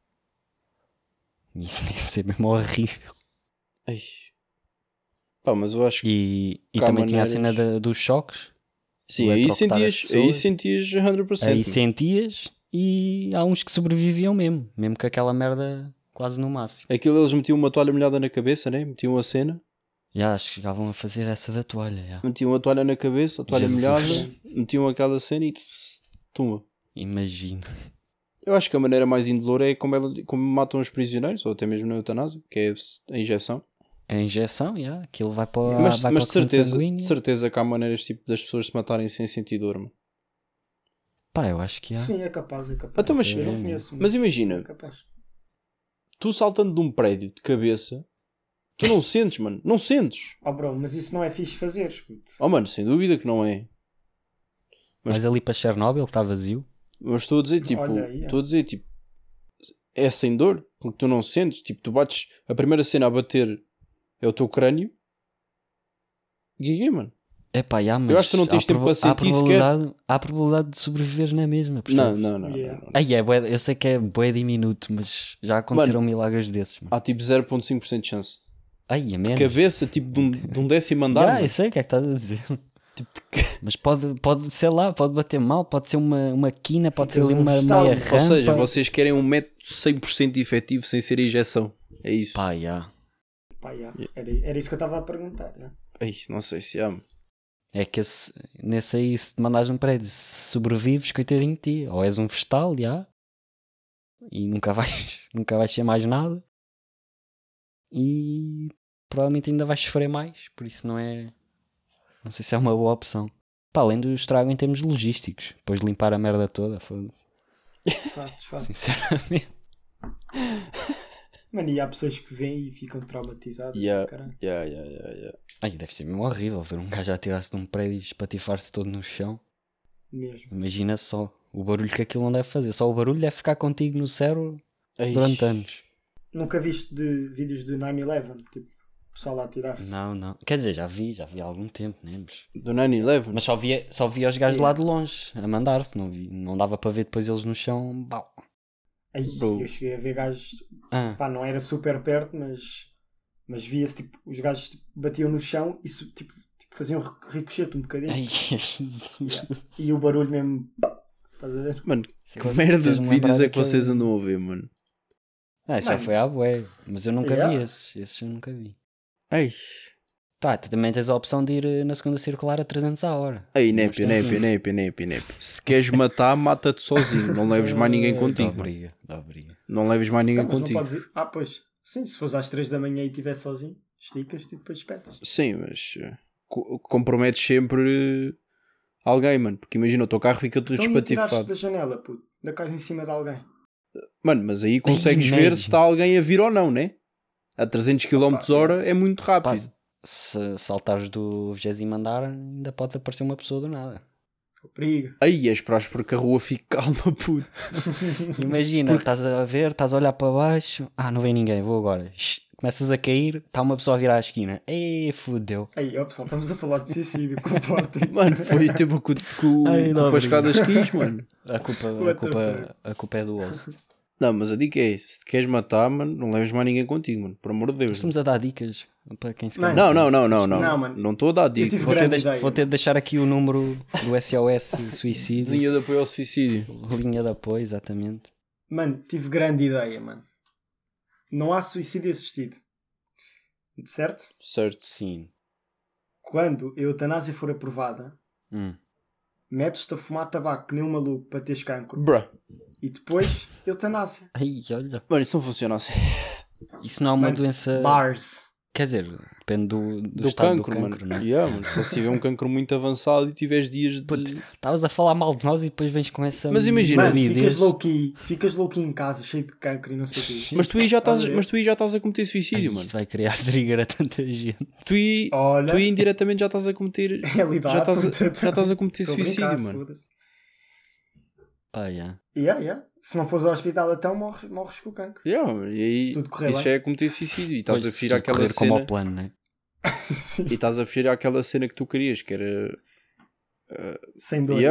Isso deve ser mesmo horrível. Ai. Pá, mas eu acho que... E também tinha a cena dos choques. Sim, aí sentias 100%. Aí sentias e há uns que sobreviviam mesmo com aquela merda quase no máximo. Aquilo eles metiam uma toalha molhada na cabeça, né? Metiam a cena. Acho que chegavam a fazer essa da toalha. Metiam a toalha na cabeça, a toalha molhada, metiam aquela cena e tumba. Imagino. Eu acho que a maneira mais indolor é como matam os prisioneiros, ou até mesmo na eutanásia, que é a injeção. A injeção, aquilo vai para mas de certeza que há maneiras tipo, das pessoas se matarem sem sentir dor, mano. Pá, eu acho que há. Sim, é capaz. Então, eu não conheço, mas imagina, tu saltando de um prédio de cabeça, tu não sentes, mano. Não sentes. Bro, mas isso não é fixe fazeres, puto. Mano, sem dúvida que não é. Mas ali para Chernobyl está vazio. Mas estou a dizer, tipo, é sem dor, porque tu não sentes, tipo, tu bates, a primeira cena a bater é o teu crânio. Mano. Mas eu acho que tu não tens tempo para sentir sequer. Há a probabilidade de sobreviver na mesma. Não. Eu sei que é bué diminuto, mas já aconteceram milagres desses. Mano. Há tipo 0,5% de chance. É menos. De cabeça, tipo de um décimo andar. Eu sei o que é que estás a dizer. Mas pode, sei lá, pode bater mal, pode ser uma quina, pode ser ali uma meia rampa. Ou seja, vocês querem um método 100% efetivo sem ser injeção. É isso. Era isso que eu estava a perguntar. Não sei se há. É que nesse aí, se te mandares um prédio, se sobrevives, coitadinho de ti. Ou és um vegetal, e nunca vais ser mais nada. E provavelmente ainda vais sofrer mais. Por isso não sei se é uma boa opção. Além do estrago em termos logísticos. Depois de limpar a merda toda, foda-se. Fato. Sinceramente. Mano, e há pessoas que vêm e ficam traumatizadas. Deve ser mesmo horrível ver um gajo a tirar-se de um prédio e espatifar-se todo no chão. Mesmo. Imagina só o barulho que aquilo não deve fazer. Só o barulho deve ficar contigo no cérebro durante anos. Nunca viste vídeos de 9/11? Tipo, pessoal a atirar-se? Não. Quer dizer, já vi há algum tempo, né? Do 9/11? Mas só via os gajos lá de longe a mandar-se. Não dava para ver depois eles no chão. Bau. Eu cheguei a ver gajos. Não era super perto, mas Mas via-se, tipo, os gajos tipo, batiam no chão e tipo, faziam ricochete um bocadinho. Ai, Jesus. Yeah. E o barulho mesmo. Estás a ver? Mano, que merda de vídeos é que vocês andam a ver, mano? Já foi à bué, mas eu nunca vi esses. Esses eu nunca vi. Ai. Tá, tu também tens a opção de ir na segunda circular a 300 a hora. Ei, népia. Se queres matar, mata-te sozinho. Não leves mais ninguém contigo. Dá briga. Não leves mais ninguém mas contigo. Não podes ir... Pois. Sim, se fores às 3 da manhã e estiver sozinho, esticas-te e depois espetas. Sim, mas comprometes sempre alguém, mano. Porque imagina, o teu carro fica todo espatifado. Então da janela, puto, da casa em cima de alguém. Mano, mas aí consegues ver se está alguém a vir ou não, né? A 300 km/h é muito rápido. Se saltares do 20º andar, ainda pode aparecer uma pessoa do nada. Perigo. Aí esperas porque a rua fique calma, puto. Imagina, estás a ver, estás a olhar para baixo. Não vem ninguém, vou agora. Começas a cair, está uma pessoa a virar à esquina. Ei, fodeu. Aí, ó pessoal, estamos a falar de suicídio, comportem-se. Mano, foi tipo com a escada esquis, mano. A culpa é do host. Não, mas a dica é, se te queres matar, mano, não leves mais niném contigo, mano. Por amor de Deus. Estamos a dar dicas para quem se quer. Não. Não estou a dar dicas. Vou ter de deixar aqui o número do SOS Suicídio. Linha de apoio ao suicídio. Linha de apoio, exatamente. Mano, tive grande ideia, mano. Não há suicídio assistido. Certo? Certo. Sim. Quando a eutanásia for aprovada, metes-te a fumar tabaco que nem um maluco para teres cancro. Bruh. E depois, eutanásia. Ai, olha. Mano, isso não funciona assim. Isso não é uma doença... Bars. Quer dizer, depende do estado cancro, do cancro, mano. Não é? Mano. Só se tiver um cancro muito avançado e tiveres dias de... Estavas a falar mal de nós e depois vens com essa... Mas imagina... Mano, ficas low-key em casa, cheio de cancro e não sei o quê. Mas tu aí já estás a cometer suicídio, mano. Isto vai criar trigger a tanta gente. Tu aí indiretamente já estás a cometer... Já estás a cometer suicídio, mano. Pá, yeah. Se não fores ao hospital então morres com o cancro. E aí, isso já é cometer suicídio. E estás a fugir àquela cena... como ao plano, não é? E estás a fugir àquela cena que tu querias, que era... Sem dor.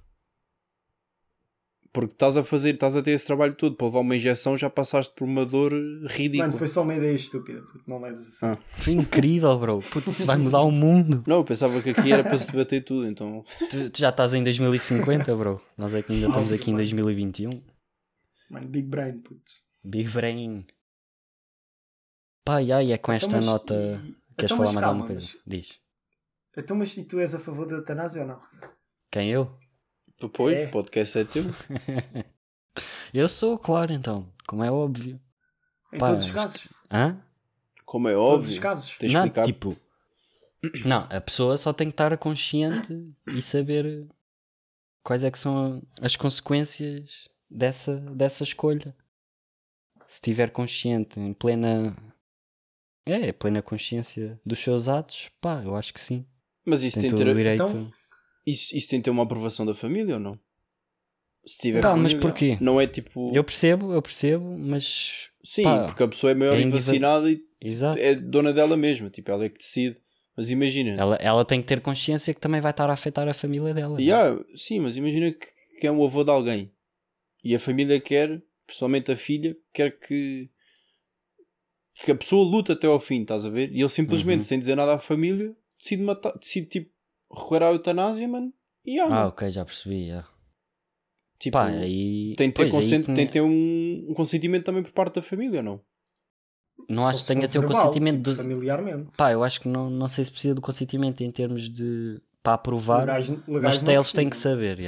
Porque estás a ter esse trabalho todo para levar uma injeção, já passaste por uma dor ridícula. Mano, foi só uma ideia estúpida, não leves assim. Foi incrível, bro. Puto, isso vai mudar o mundo. Não, eu pensava que aqui era para se debater tudo, então... Tu já estás em 2050, bro. Nós é que ainda estamos aqui em 2021. Mano, Big Brain, puto. Big Brain. Pá, é com esta nota... Queres falar mais alguma coisa? Diz. Então, mas e tu és a favor da eutanásia ou não? Quem, eu? Pois, o podcast é teu. Eu sou, claro, então. Como é óbvio. Em todos os casos? Hã? Como é óbvio. Todos os casos? Não, tipo... Não, a pessoa só tem que estar consciente e saber quais é que são as consequências dessa escolha. Se estiver consciente, em plena consciência dos seus atos, pá, eu acho que sim. Mas isso tem todo o direito... Então... Isso tem que ter uma aprovação da família ou não? Se tiver família, mas porquê? Não é tipo... Eu percebo, mas... Sim, porque a pessoa é maior e vacinada e Exato. é dona dela mesma, tipo, ela é que decide. Mas imagina... Ela tem que ter consciência que também vai estar a afetar a família dela. Sim, mas imagina que é um avô de alguém e a família quer, principalmente a filha, quer que a pessoa lute até ao fim, estás a ver? E ele simplesmente, sem dizer nada à família, decide tipo, recorrer à eutanásia, mano. Ok, já percebi, Tipo, aí... tem de ter um consentimento também por parte da família, ou não? Não acho que tenha de ter o consentimento tipo, familiarmente. Eu acho que não sei se precisa do consentimento em termos de... para aprovar, legais mas até eles têm que saber,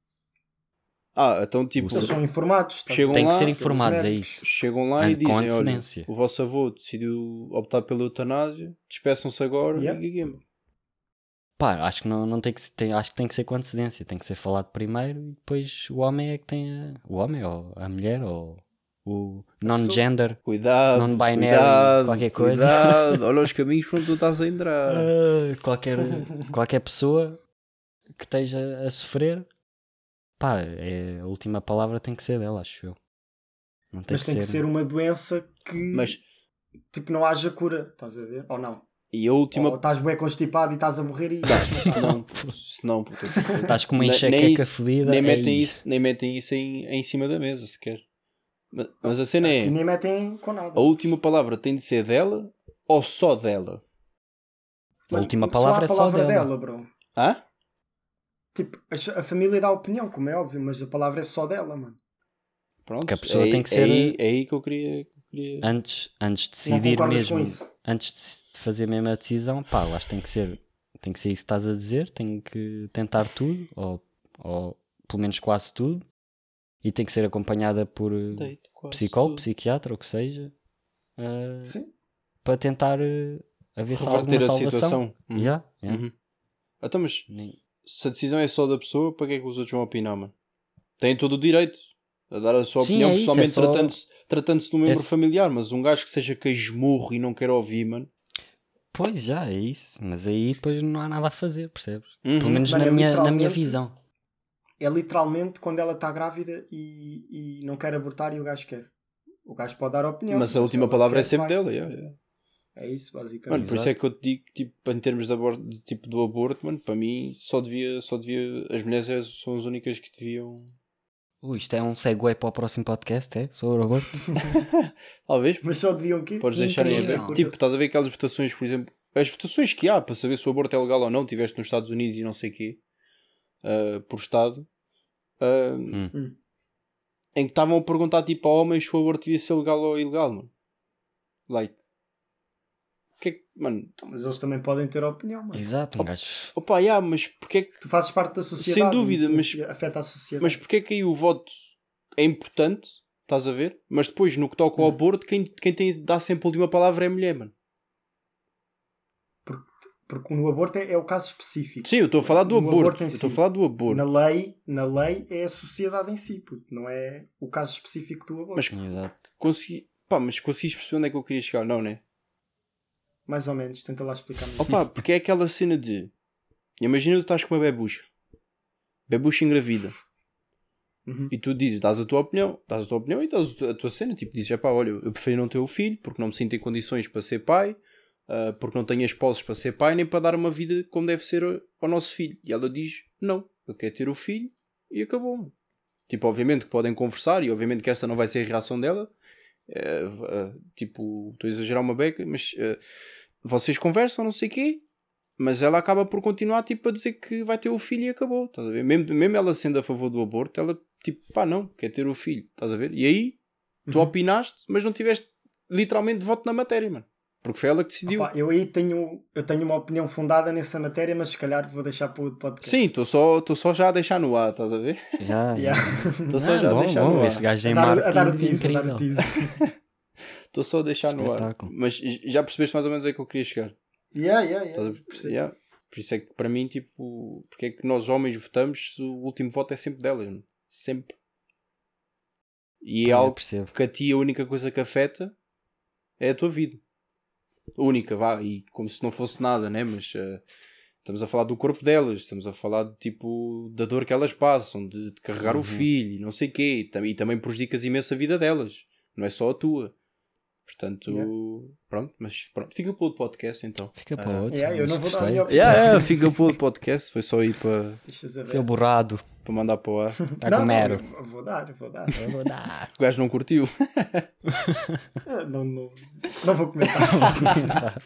então tipo... Eles são informados. Têm que ser informados, é isso. Chegam lá e dizem, olha, o vosso avô decidiu optar pela eutanásia, despeçam-se agora e acho que não tem que acho que tem que ser com antecedência, tem que ser falado primeiro e depois o homem é que tem o homem ou a mulher ou o non-gender, non-binary, qualquer coisa. Cuidado, olha os caminhos por onde tu estás a entrar. Qualquer pessoa que esteja a sofrer, a última palavra tem que ser dela, acho eu. Não tem mas tem que ser uma doença que tipo não haja cura, estás a ver? Ou não? E a última... Ou estás bem constipado e estás a morrer e... Senão estás com uma enxaqueca fodida. Nem metem isso em cima da mesa sequer. Mas a cena Aqui nem metem com nada. A última palavra tem de ser dela ou só dela? A última palavra é só dela. bro. Hã? Tipo, a família dá opinião, como é óbvio, mas a palavra é só dela, mano. Pronto, porque a pessoa tem que ser... É aí que eu queria... Antes de decidir mesmo, antes de fazer mesmo a decisão, pá, eu acho que tem que ser isso que estás a dizer, tem que tentar tudo, ou pelo menos quase tudo, e tem que ser acompanhada por psicólogo, psiquiatra, ou o que seja, para tentar haver reverter a situação. Então, mas se a decisão é só da pessoa, para que é que os outros vão opinar, mano? Têm todo o direito a dar a sua opinião, pessoalmente tratando-se de um membro familiar, mas um gajo que seja queijumurro e não quer ouvir, mano. Pois já, é isso. Mas aí depois não há nada a fazer, percebes? Pelo menos na minha visão. É literalmente quando ela está grávida e não quer abortar e o gajo quer. O gajo pode dar opinião. Mas a última palavra é sempre dela. É isso, basicamente. Mano, por isso é que eu te digo, tipo, em termos do aborto, mano, para mim só devia as mulheres são as únicas que deviam... Isto é um segue para o próximo podcast, é? Sobre o aborto? Talvez. Mas só deviam o quê? Podes deixarem a ver. Tipo, estás a ver aquelas votações, por exemplo, as votações que há para saber se o aborto é legal ou não, tiveste nos Estados Unidos e não sei o quê, por Estado, em que estavam a perguntar tipo a homens se o aborto devia ser legal ou ilegal, mano. Like. Mano. Mas eles também podem ter opinião, mano. Exato, gajo. Opa, mas porque é que... Tu fazes parte da sociedade. Sem dúvida, mas... afeta a sociedade. Mas porque é que aí o voto é importante, estás a ver? Mas depois, no que toca ao aborto, quem dá sempre a última palavra é a mulher, mano. Porque no aborto é o caso específico. Sim, eu estou a falar do aborto. Estou a falar do aborto. Na lei é a sociedade em si, puto. Não é o caso específico do aborto. Mas conseguiste perceber onde é que eu queria chegar, não é? Mais ou menos, tenta lá explicar. Opa, porque é aquela cena de... Imagina que tu estás com uma bebucha engravida. E tu dizes, dás a tua opinião e dás a tua cena. Tipo, dizes, olha, eu prefiro não ter o filho porque não me sinto em condições para ser pai, porque não tenho as posses para ser pai, nem para dar uma vida como deve ser ao nosso filho. E ela diz, não, eu quero ter o filho e acabou. Tipo, obviamente que podem conversar e obviamente que essa não vai ser a reação dela. Tipo, estou a exagerar uma beca, mas vocês conversam, não sei o quê, mas ela acaba por continuar tipo, a dizer que vai ter o filho e acabou, estás a ver? Mesmo ela sendo a favor do aborto, ela tipo, não, quer ter o filho, estás a ver? E aí, tu opinaste, mas não tiveste literalmente voto na matéria, mano. Porque foi ela que decidiu. Opa, eu tenho uma opinião fundada nessa matéria, mas se calhar vou deixar para o podcast. Sim, estou só já a deixar no ar, estás a ver? Estou só já a deixar no ar. Este gajo a dar o teaser. Estou só a deixar no ar. Mas já percebeste mais ou menos aí que eu queria chegar. Por isso é que para mim, tipo, porque é que nós homens votamos, o último voto é sempre delas, mano. Sempre. E é algo que a ti a única coisa que afeta é a tua vida. Única, vá, e como se não fosse nada, né? Mas estamos a falar do corpo delas, estamos a falar de, tipo, da dor que elas passam, de carregar o filho, não sei o quê, e também prejudicas imenso a vida delas, não é só a tua. Portanto, pronto, fica para o outro podcast então. Fica para o outro. Eu não vou dar a minha opinião. Fica para o outro podcast, foi só ir para. Seu borrado. Para mandar para o ar. Não, vou dar. O gajo não curtiu. Não vou comentar.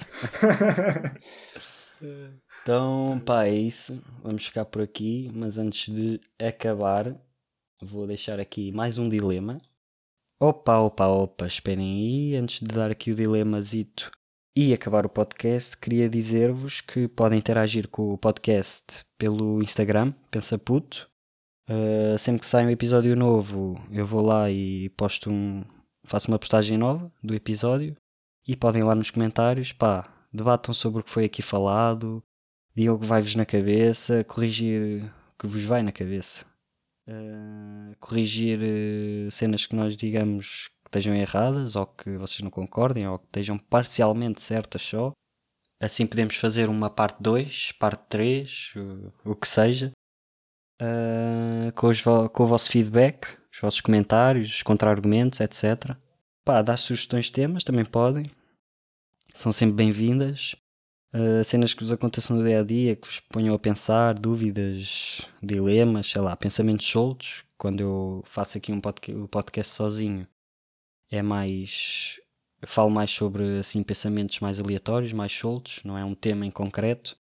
Então, pá, é isso. Vamos ficar por aqui, mas antes de acabar, vou deixar aqui mais um dilema. Opa, esperem aí, antes de dar aqui o dilemazito e acabar o podcast, queria dizer-vos que podem interagir com o podcast pelo Instagram, pensaputo. Sempre que sai um episódio novo, eu vou lá e faço uma postagem nova do episódio e podem ir lá nos comentários, debatam sobre o que foi aqui falado, digam o que vai-vos na cabeça, corrigir o que vos vai na cabeça. Corrigir cenas que nós digamos que estejam erradas ou que vocês não concordem ou que estejam parcialmente certas só. Assim podemos fazer uma parte 2, parte 3, o que seja, com o vosso feedback, os vossos comentários, os contra-argumentos, etc. Dar sugestões de temas também podem, são sempre bem-vindas. Cenas que vos aconteçam no dia a dia, que vos ponham a pensar, dúvidas, dilemas, sei lá, pensamentos soltos. Quando eu faço aqui um podcast sozinho, é mais Eu falo mais sobre assim, pensamentos mais aleatórios, mais soltos, não é um tema em concreto.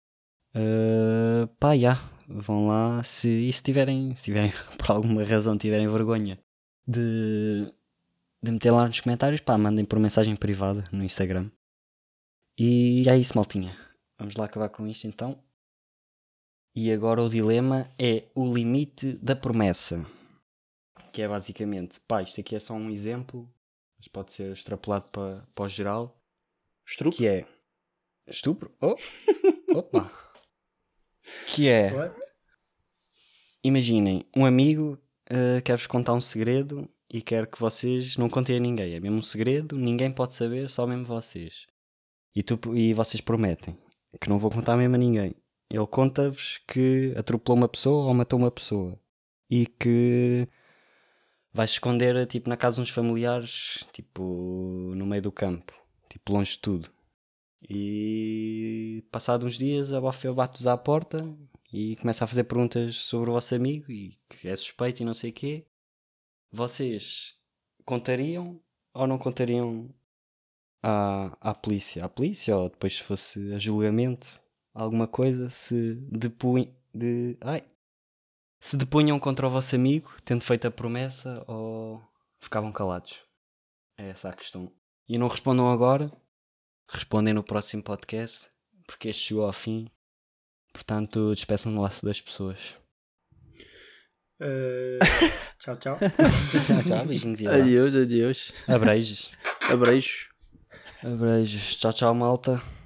Vão lá. Se tiverem por alguma razão tiverem vergonha de meter lá nos comentários, mandem por mensagem privada no Instagram. E é isso, maltinha. Vamos lá acabar com isto então. E agora o dilema é o limite da promessa. Que é basicamente, isto aqui é só um exemplo, mas pode ser extrapolado para o geral. Estupro? Que é... Estupro? Opa! Que é... What? Imaginem, um amigo quer-vos contar um segredo e quer que vocês não contem a ninguém. É mesmo um segredo, ninguém pode saber, só mesmo vocês. E vocês prometem que não vou contar mesmo a ninguém. Ele conta-vos que atropelou uma pessoa ou matou uma pessoa. E que vai se esconder tipo na casa de uns familiares, tipo no meio do campo, tipo longe de tudo. E passados uns dias a Bofia bate-vos à porta e começa a fazer perguntas sobre o vosso amigo e que é suspeito e não sei o quê. Vocês contariam ou não contariam à polícia? À polícia, ou depois se fosse a julgamento, alguma coisa, se depunham contra o vosso amigo, tendo feito a promessa, ou ficavam calados? É essa a questão. E não respondam agora, respondem no próximo podcast, porque este chegou ao fim. Portanto, despeçam-me lá das pessoas. Tchau, tchau. Tchau, beijinhos e abraços. Adeus. Abreijos. Abreijos. Tchau, malta.